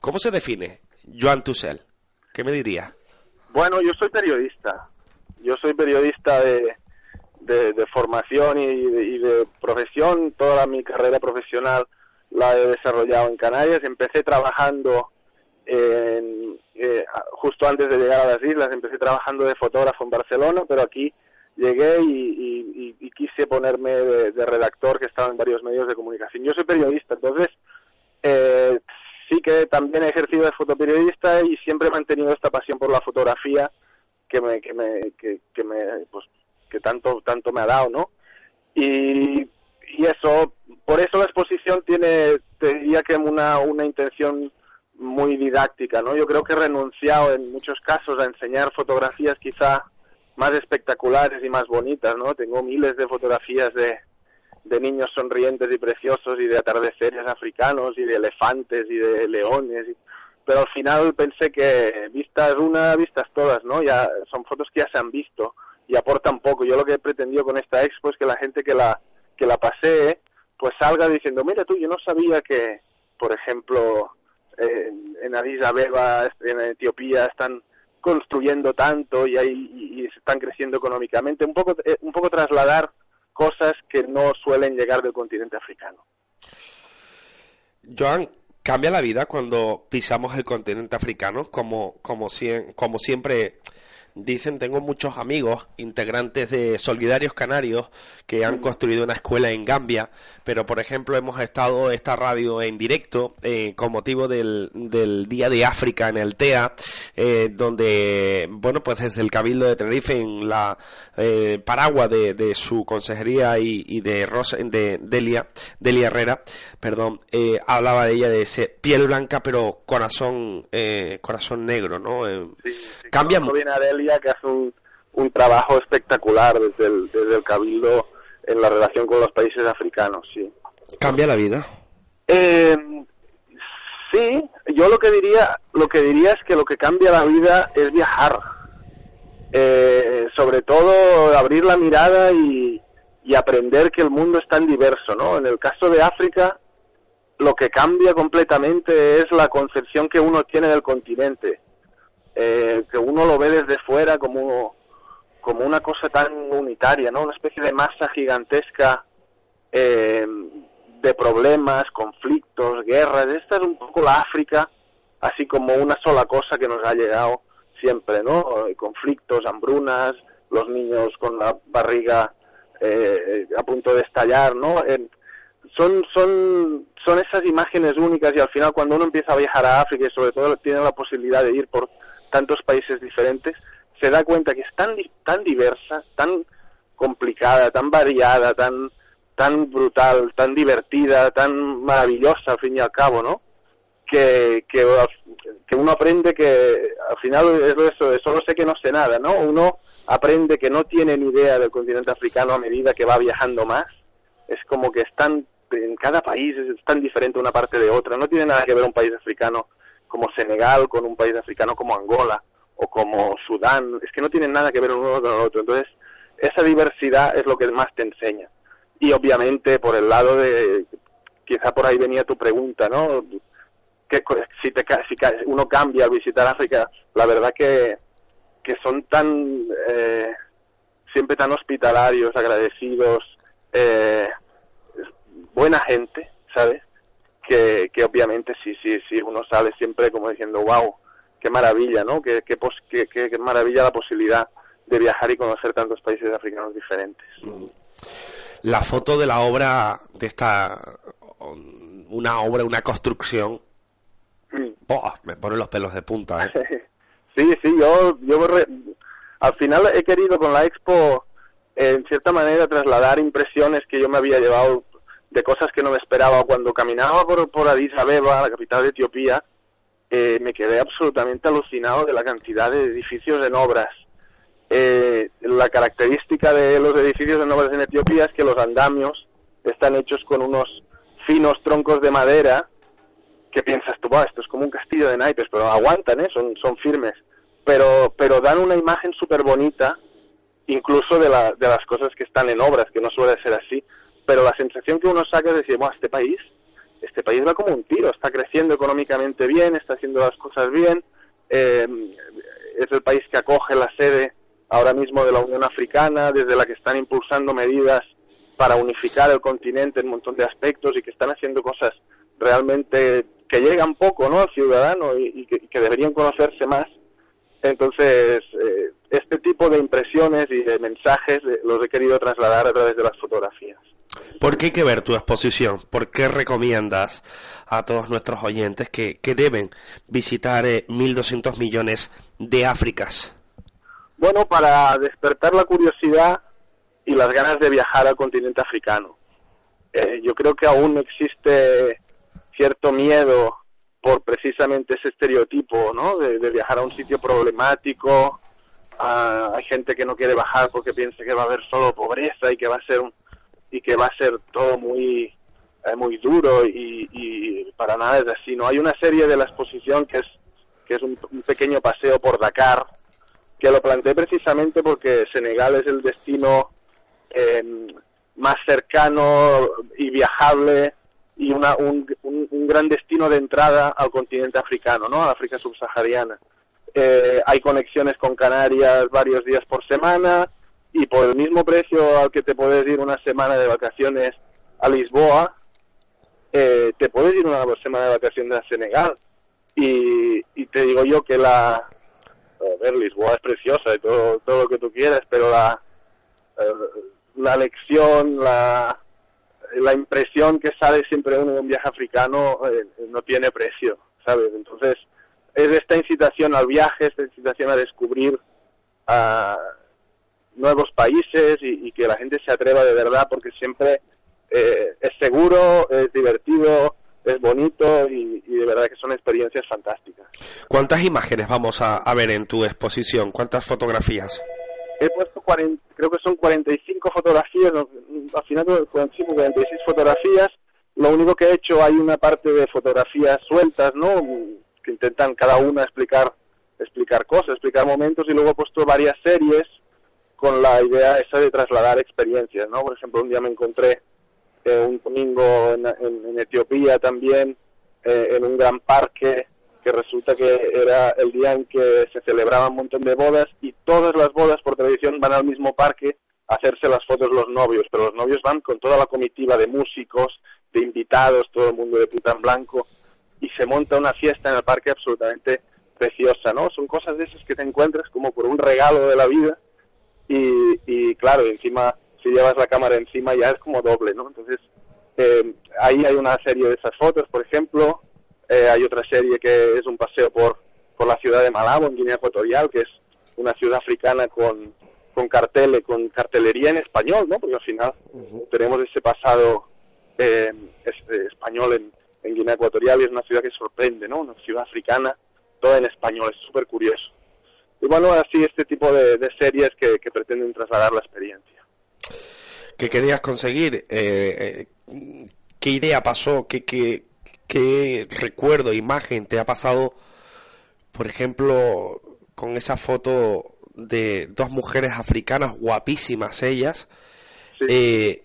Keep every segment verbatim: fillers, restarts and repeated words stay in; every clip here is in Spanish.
¿Cómo se define Joan Tussell? ¿Qué me diría? Bueno, yo soy periodista. Yo soy periodista de, de, de formación y de, y de profesión. Toda mi carrera profesional la he desarrollado en Canarias. Empecé trabajando en, eh, justo antes de llegar a las islas, empecé trabajando de fotógrafo en Barcelona, pero aquí llegué y, y, y quise ponerme de, de redactor, que estaba en varios medios de comunicación. Yo soy periodista, entonces eh, sí que también he ejercido de fotoperiodista y siempre he mantenido esta pasión por la fotografía que me que me que, que me pues que tanto tanto me ha dado, ¿no? Y, y eso, por eso la exposición tiene, te diría que una una intención muy didáctica, ¿no? Yo creo que he renunciado en muchos casos a enseñar fotografías quizá más espectaculares y más bonitas, ¿no? Tengo miles de fotografías de, de niños sonrientes y preciosos y de atardeceres africanos y de elefantes y de leones, y, pero al final pensé que vistas una, vistas todas, ¿no? Ya son fotos que ya se han visto y aportan poco. Yo lo que he pretendido con esta expo es que la gente que la que la pasee pues salga diciendo, mira tú, yo no sabía que, por ejemplo, eh, en Addis Abeba, en Etiopía, están construyendo tanto y, hay, y, y están creciendo económicamente, un poco eh, un poco trasladar cosas que no suelen llegar del continente africano. Joan, ¿cambia la vida cuando pisamos el continente africano? Como, como, si, como siempre dicen, tengo muchos amigos integrantes de Solidarios Canarios que han construido una escuela en Gambia, pero por ejemplo hemos estado esta radio en directo eh, con motivo del, del Día de África en el T E A, eh, donde, bueno, pues desde el Cabildo de Tenerife, en la eh, paraguas de, de su consejería y, y de Rosa, de Delia, Delia Herrera, perdón, eh, hablaba de ella de ese piel blanca pero corazón eh, corazón negro, ¿no? Eh, sí, sí, cambia viene a Delia, que hace un, un trabajo espectacular desde el, desde el Cabildo en la relación con los países africanos, sí. ¿Cambia la vida? Eh, sí, yo lo que diría, lo que diría es que lo que cambia la vida es viajar. Eh, sobre todo abrir la mirada y, y aprender que el mundo es tan diverso, ¿no? En el caso de África, lo que cambia completamente es la concepción que uno tiene del continente. Eh, que uno lo ve desde fuera como, como una cosa tan unitaria, ¿no? Una especie de masa gigantesca eh, de problemas, conflictos, guerras. Esta es un poco la África, así como una sola cosa que nos ha llegado siempre, ¿no? Conflictos, hambrunas, los niños con la barriga eh, a punto de estallar, ¿no? Eh, son, son, son esas imágenes únicas, y al final cuando uno empieza a viajar a África y sobre todo tiene la posibilidad de ir por tantos países diferentes, se da cuenta que es tan tan diversa, tan complicada, tan variada, tan tan brutal, tan divertida, tan maravillosa al fin y al cabo, ¿no? Que que, que uno aprende que al final es eso, de solo sé que no sé nada, ¿no? Uno aprende que no tiene ni idea del continente africano a medida que va viajando más. Es como que es tan, en cada país es tan diferente una parte de otra. No tiene nada que ver un país africano como Senegal con un país africano como Angola o como Sudán. Es que no tienen nada que ver uno con el otro. Entonces, esa diversidad es lo que más te enseña. Y obviamente, por el lado de, quizá por ahí venía tu pregunta, ¿no? Que si, te, si uno cambia al visitar África, la verdad que, que son tan, eh, siempre tan hospitalarios, agradecidos, eh, buena gente, ¿sabes? Que, que obviamente sí, sí, sí, uno sale siempre como diciendo, wow, qué maravilla, ¿no? Qué, qué, pos, qué, qué, qué maravilla la posibilidad de viajar y conocer tantos países africanos diferentes. La foto de la obra, de esta, una obra, una construcción, mm. oh, me pone los pelos de punta, ¿eh? Sí, sí, yo, yo re, al final he querido con la expo, eh, en cierta manera, trasladar impresiones que yo me había llevado de cosas que no me esperaba. Cuando caminaba por, por Addis Abeba, la capital de Etiopía, eh, me quedé absolutamente alucinado de la cantidad de edificios en obras. Eh, la característica de los edificios en obras en Etiopía es que los andamios están hechos con unos finos troncos de madera que piensas tú, esto es como un castillo de naipes, pero aguantan, ¿eh? son, son firmes, pero, pero dan una imagen súper bonita, incluso de, la, de las cosas que están en obras, que no suele ser así. Pero la sensación que uno saca es decir, bueno, este país este país va como un tiro, está creciendo económicamente bien, está haciendo las cosas bien, eh, es el país que acoge la sede ahora mismo de la Unión Africana, desde la que están impulsando medidas para unificar el continente en un montón de aspectos y que están haciendo cosas realmente que llegan poco, ¿no?, al ciudadano y, y, que, y que deberían conocerse más. Entonces, eh, este tipo de impresiones y de mensajes eh, los he querido trasladar a través de las fotografías. ¿Por qué hay que ver tu exposición? ¿Por qué recomiendas a todos nuestros oyentes que, que deben visitar eh, mil doscientos millones de Áfricas? Bueno, para despertar la curiosidad y las ganas de viajar al continente africano. Eh, yo creo que aún existe cierto miedo por precisamente ese estereotipo, ¿no?, de, de viajar a un sitio problemático. Uh, hay gente que no quiere bajar porque piensa que va a haber solo pobreza y que va a ser un, y que va a ser todo muy eh, muy duro y, y para nada es así. No, hay una serie de la exposición que es que es un, un pequeño paseo por Dakar, que lo planteé precisamente porque Senegal es el destino eh, más cercano y viajable y una, un, un, un gran destino de entrada al continente africano, ¿no?, a África subsahariana. Eh, hay conexiones con Canarias varios días por semana y por el mismo precio al que te puedes ir una semana de vacaciones a Lisboa, eh, te puedes ir una semana de vacaciones a Senegal. Y, y te digo yo que la... A ver, Lisboa es preciosa y todo, todo lo que tú quieras, pero la, eh, la lección, la, la impresión que sale siempre uno de un viaje africano eh, no tiene precio, ¿sabes? Entonces, es esta incitación al viaje, esta incitación a descubrir a nuevos países y, y que la gente se atreva de verdad, porque siempre eh, es seguro, es divertido, es bonito y, y de verdad que son experiencias fantásticas. ¿Cuántas imágenes vamos a, a ver en tu exposición? ¿Cuántas fotografías? He puesto cuarenta, creo que son cuarenta y cinco fotografías, no, al final cuarenta y cinco, cuarenta y seis fotografías. Lo único que he hecho, hay una parte de fotografías sueltas, ¿no?, que intentan cada una explicar explicar cosas, explicar momentos, y luego he puesto varias series con la idea esa de trasladar experiencias, ¿no? Por ejemplo, un día me encontré eh, un domingo en, en, en Etiopía también, eh, en un gran parque, que resulta que era el día en que se celebraba un montón de bodas, y todas las bodas por tradición van al mismo parque a hacerse las fotos los novios, pero los novios van con toda la comitiva de músicos, de invitados, todo el mundo de punta en blanco, y se monta una fiesta en el parque absolutamente preciosa, ¿no? Son cosas de esas que te encuentras como por un regalo de la vida, y, y claro, encima, si llevas la cámara encima ya es como doble, ¿no? Entonces, eh, ahí hay una serie de esas fotos, por ejemplo. Eh, hay otra serie que es un paseo por, por la ciudad de Malabo, en Guinea Ecuatorial, que es una ciudad africana con, con carteles, con cartelería en español, ¿no? Porque al final uh-huh. tenemos ese pasado eh, es, eh, español en, en Guinea Ecuatorial, y es una ciudad que sorprende, ¿no? Una ciudad africana, toda en español, es súper curioso. Y bueno, así este tipo de, de series que, que pretenden trasladar la experiencia. ¿Qué querías conseguir? Eh, eh, ¿Qué idea pasó? ¿Qué, qué, qué recuerdo, imagen te ha pasado, por ejemplo, con esa foto de dos mujeres africanas, guapísimas ellas, sí. eh,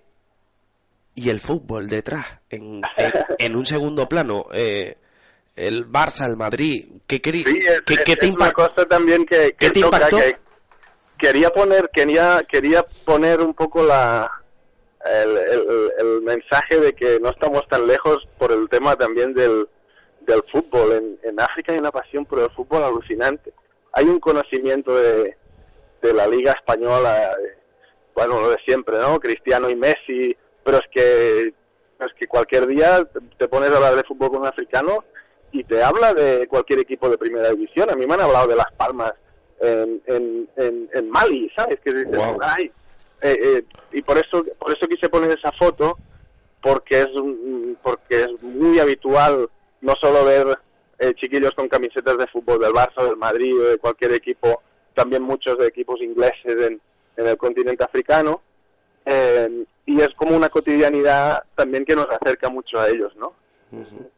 y el fútbol detrás, en, en, en un segundo plano, eh, el Barça, el Madrid, ¿qué, querí, sí, es, ¿qué, qué es te impactó? Una cosa también que, que ¿Qué te impactó? Que quería poner, quería, quería poner un poco la el, el, el mensaje de que no estamos tan lejos por el tema también del, del fútbol. En, en África hay una pasión por el fútbol alucinante. Hay un conocimiento de, de la Liga Española, de, bueno, lo de siempre, ¿no? Cristiano y Messi, pero es que, es que cualquier día te pones a hablar de fútbol con un africano y te habla de cualquier equipo de primera división. A mí me han hablado de Las Palmas en, en, en, en Mali, ¿sabes? Que dicen, wow. Ay, eh, eh, y por eso por eso quise poner esa foto, porque es porque es muy habitual no solo ver eh, chiquillos con camisetas de fútbol del Barça o del Madrid o de cualquier equipo, también muchos de equipos ingleses en, en el continente africano, eh, y es como una cotidianidad también que nos acerca mucho a ellos, ¿no? Uh-huh.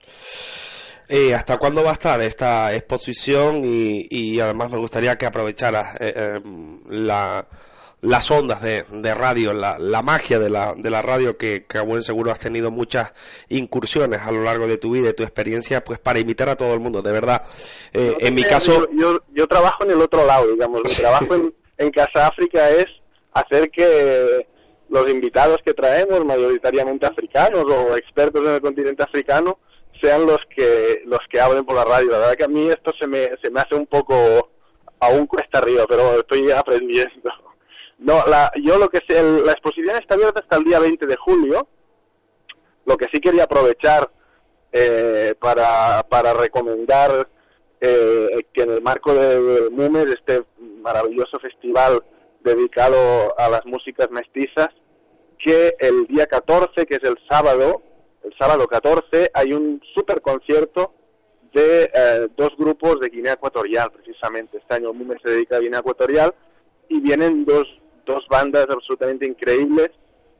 Eh, ¿Hasta cuándo va a estar esta exposición? Y, y además me gustaría que aprovecharas eh, eh, la, las ondas de, de radio, la, la magia de la, de la radio, que, que a buen seguro has tenido muchas incursiones a lo largo de tu vida y tu experiencia, pues para invitar a todo el mundo, de verdad. Eh, en mi caso... Yo, yo, yo trabajo en el otro lado, digamos, mi trabajo en, en Casa África es hacer que los invitados que traemos, mayoritariamente africanos o expertos en el continente africano, sean los que los que hablen por la radio. La verdad que a mí esto se me, se me hace un poco aún cuesta arriba, pero estoy aprendiendo. No, la, yo lo que sé, el, la exposición está abierta hasta el día veinte de julio. Lo que sí quería aprovechar eh, para, para recomendar eh, que en el marco de, de Mumes, este maravilloso festival dedicado a las músicas mestizas, que el día catorce, que es el sábado, el sábado catorce, hay un super concierto de eh, dos grupos de Guinea Ecuatorial, precisamente. Este año Mumes se dedica a Guinea Ecuatorial y vienen dos, dos bandas absolutamente increíbles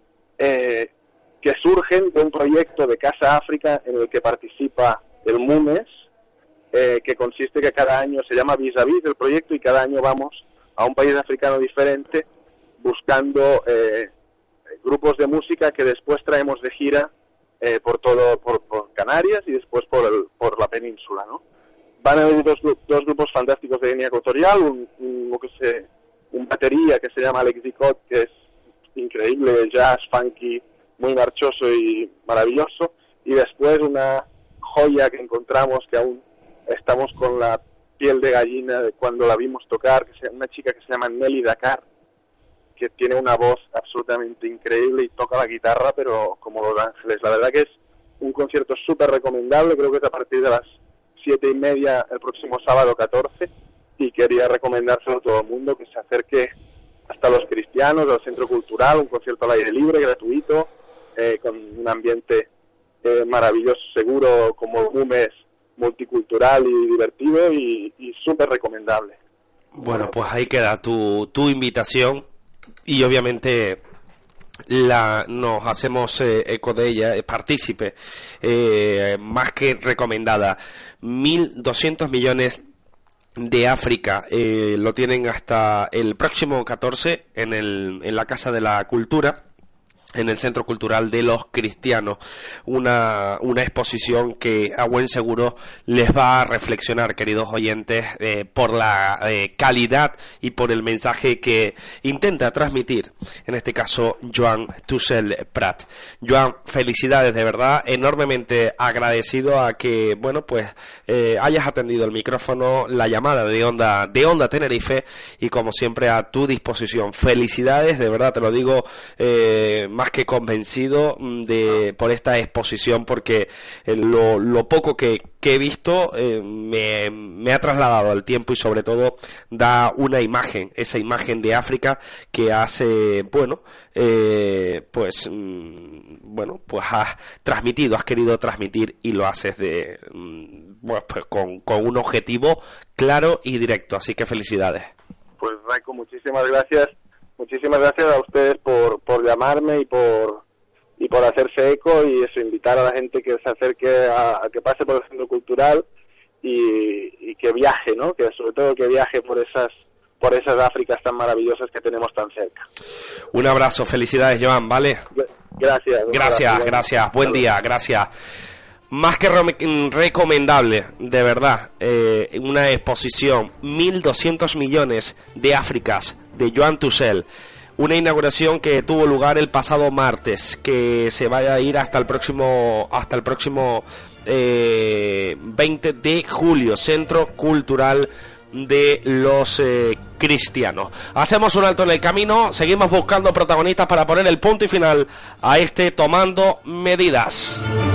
eh, que surgen de un proyecto de Casa África en el que participa el Mumes, eh, que consiste que cada año se llama Vis a Vis el proyecto, y cada año vamos a un país africano diferente buscando eh, grupos de música que después traemos de gira eh, por todo por, por Canarias y después por el, por la península, ¿no? Van a haber dos, dos grupos fantásticos de Guinea Ecuatorial, un, un, que se, un batería que se llama Alex Dicot, que es increíble, jazz, funky, muy marchoso y maravilloso, y después una joya que encontramos, que aún estamos con la piel de gallina de cuando la vimos tocar, que es una chica que se llama Nelly Dakar, que tiene una voz absolutamente increíble y toca la guitarra, pero como Los Ángeles. La verdad que es un concierto súper recomendable, creo que es a partir de las siete y media el próximo sábado catorce, y quería recomendárselo a todo el mundo, que se acerque hasta los cristianos, al Centro Cultural, un concierto al aire libre, gratuito, eh, con un ambiente eh, maravilloso, seguro, como Mumes, multicultural y divertido, y, y súper recomendable. Bueno, pues ahí queda tu, tu invitación, y obviamente la nos hacemos eh, eco de ella, eh, partícipe, eh, más que recomendada. mil doscientos millones de África eh, lo tienen hasta el próximo catorce en, el, en la Casa de la Cultura, en el Centro Cultural de los Cristianos, una, una exposición que a buen seguro les va a reflexionar, queridos oyentes, eh, por la eh, calidad y por el mensaje que intenta transmitir, en este caso, Joan Tussell Prat. Joan, felicidades, de verdad, enormemente agradecido a que, bueno, pues eh, hayas atendido el micrófono, la llamada de Onda, de Onda Tenerife, y como siempre a tu disposición. Felicidades, de verdad, te lo digo, eh, más que convencido de por esta exposición, porque lo, lo poco que, que he visto eh, me, me ha trasladado al tiempo, y sobre todo da una imagen, esa imagen de África que hace, bueno, eh, pues mm, bueno, pues has transmitido, has querido transmitir, y lo haces de mm, bueno, pues con, con un objetivo claro y directo, así que felicidades. Pues Raico, muchísimas gracias. Muchísimas gracias a ustedes por, por llamarme y por y por hacerse eco, y eso, invitar a la gente que se acerque a, a que pase por el Centro Cultural y, y que viaje, ¿no? Que sobre todo que viaje por esas por esas Áfricas tan maravillosas que tenemos tan cerca. Un abrazo, felicidades, Joan, ¿vale? Gracias. Gracias, abrazo, gracias. Buen día, gracias. Más que recomendable, de verdad, eh, una exposición, mil doscientos millones de Áfricas, de Joan Tussell, una inauguración que tuvo lugar el pasado martes, que se vaya a ir hasta el próximo hasta el próximo eh, veinte de julio, Centro Cultural de los eh, Cristianos. Hacemos un alto en el camino, seguimos buscando protagonistas para poner el punto y final a este Tomando Medidas.